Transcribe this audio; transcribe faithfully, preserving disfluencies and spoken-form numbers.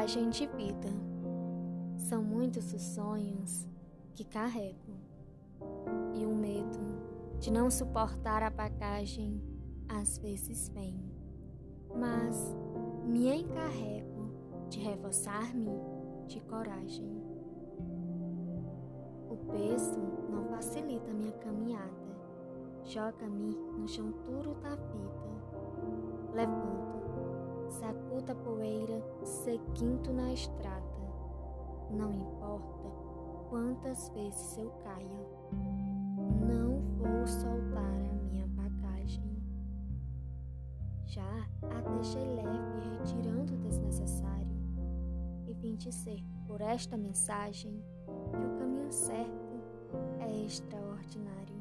bagagem de vida. São muitos os sonhos que carrego e o medo de não suportar a bagagem às vezes vem, mas me encarrego de reforçar-me de coragem. O peso não facilita minha caminhada, joga-me no chão duro da vida. Levanto, sacudo a poeira, seguindo na estrada. Não importa quantas vezes eu caia, não vou soltar a minha bagagem. Já a deixei leve, retirando o desnecessário, e vim dizer por esta mensagem que o caminho certo é extraordinário.